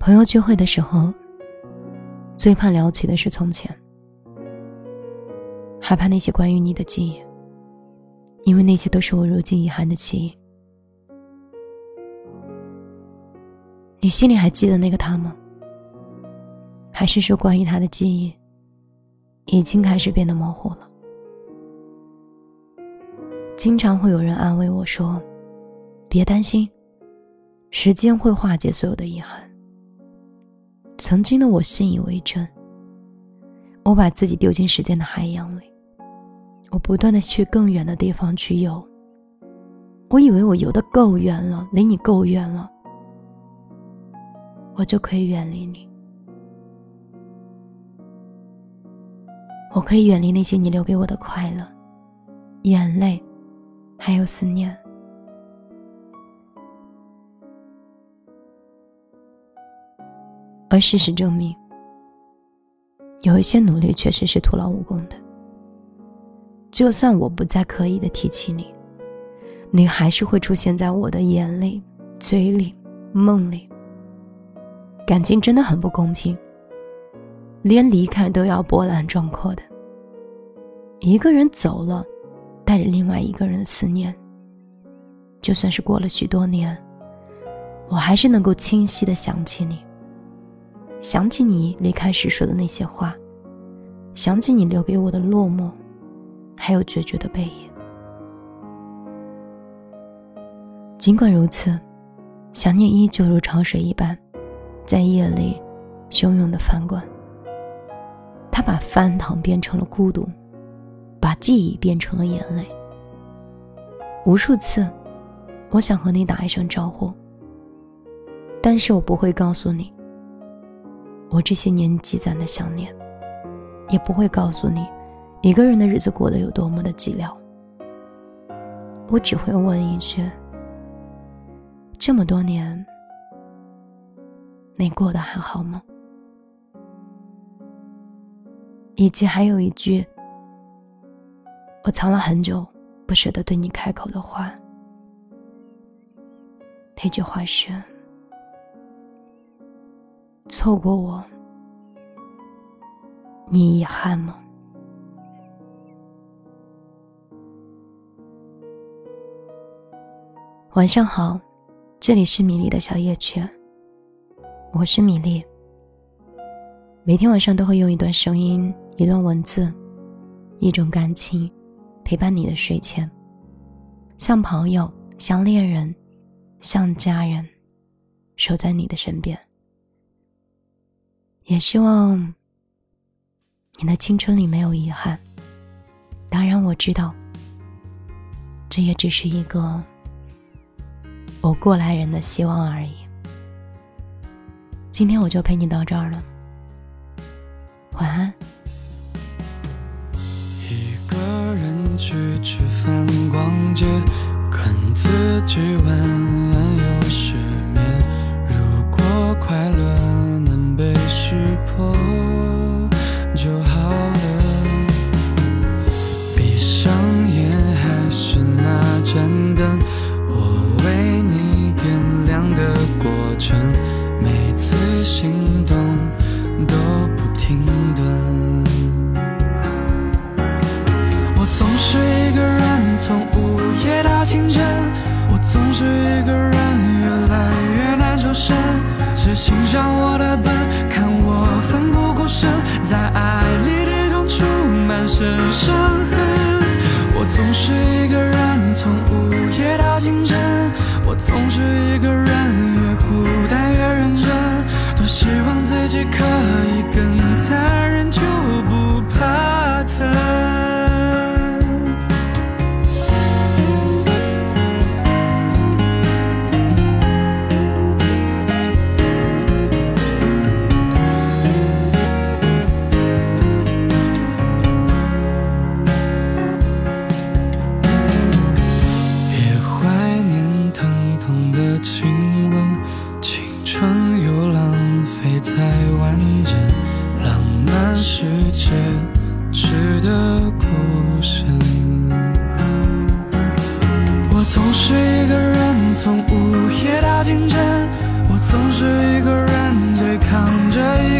朋友聚会的时候，最怕聊起的是从前，害怕那些关于你的记忆，因为那些都是我如今遗憾的记忆。你心里还记得那个他吗？还是说关于他的记忆已经开始变得模糊了？经常会有人安慰我说，别担心，时间会化解所有的遗憾。曾经的我信以为真，我把自己丢进时间的海洋里，我不断地去更远的地方去游，我以为我游得够远了，离你够远了，我就可以远离你，我可以远离那些你留给我的快乐、眼泪，还有思念。而事实证明，有一些努力确实是徒劳无功的。就算我不再刻意地提起你，你还是会出现在我的眼里、嘴里、梦里。感情真的很不公平，连离开都要波澜壮阔的。一个人走了，带着另外一个人的思念，就算是过了许多年，我还是能够清晰地想起你，想起你离开时说的那些话，想起你留给我的落寞，还有决绝的背影。尽管如此，想念依旧如潮水一般，在夜里汹涌地翻滚。它把翻腾变成了孤独，把记忆变成了眼泪。无数次，我想和你打一声招呼，但是我不会告诉你我这些年积攒的想念，也不会告诉你一个人的日子过得有多么的寂寥。我只会问一句，这么多年你过得还好吗？以及还有一句我藏了很久不舍得对你开口的话，那句话是，错过我你遗憾吗？晚上好，这里是米粒的小夜曲，我是米粒。每天晚上都会用一段声音、一段文字、一种感情陪伴你的睡前，像朋友、像恋人、像家人，守在你的身边。也希望你的青春里没有遗憾，当然我知道这也只是一个我过来人的希望而已。今天我就陪你到这儿了，晚安。 一个人去吃饭逛街，看自己晚安又失眠，如果快乐能被识破就好了，闭上眼还是那盏灯，我为你点亮的过程，每次心动都不停顿。我总是一个人从午夜到清晨，我总是一个人越来越难抽身，是欣赏我的笨，看我奋不顾身，在爱里跌撞出满身伤痕。我总是一个人从午夜到清晨，我总是一个人越孤单越认真，多希望自己可以更残忍，就不怕疼。才完整，浪漫世界值得孤身。我总是一个人从午夜到清晨，我总是一个人对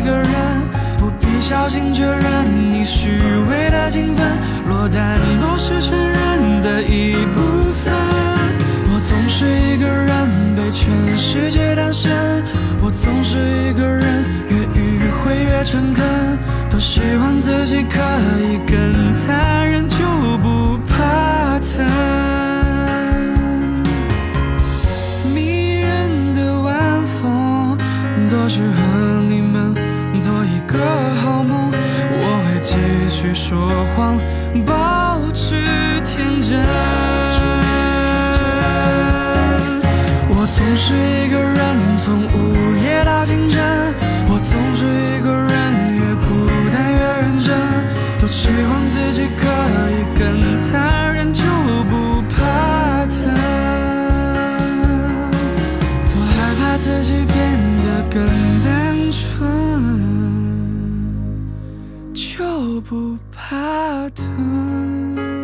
个人，不必小心确认你虚伪的情分，落单都是承认的一部分。我总是一个人被全世界单身，我总是一个人越迂回越诚恳，都希望自己可以更残忍，就不怕疼。迷人的晚风多适合你们做一个好梦，我会继续说谎，保持天真。我总是一个人从午夜到清晨，我总是一个人越孤单越认真，都希望自己可以更残忍，就不怕疼。我害怕自己变得更单纯，就不怕疼。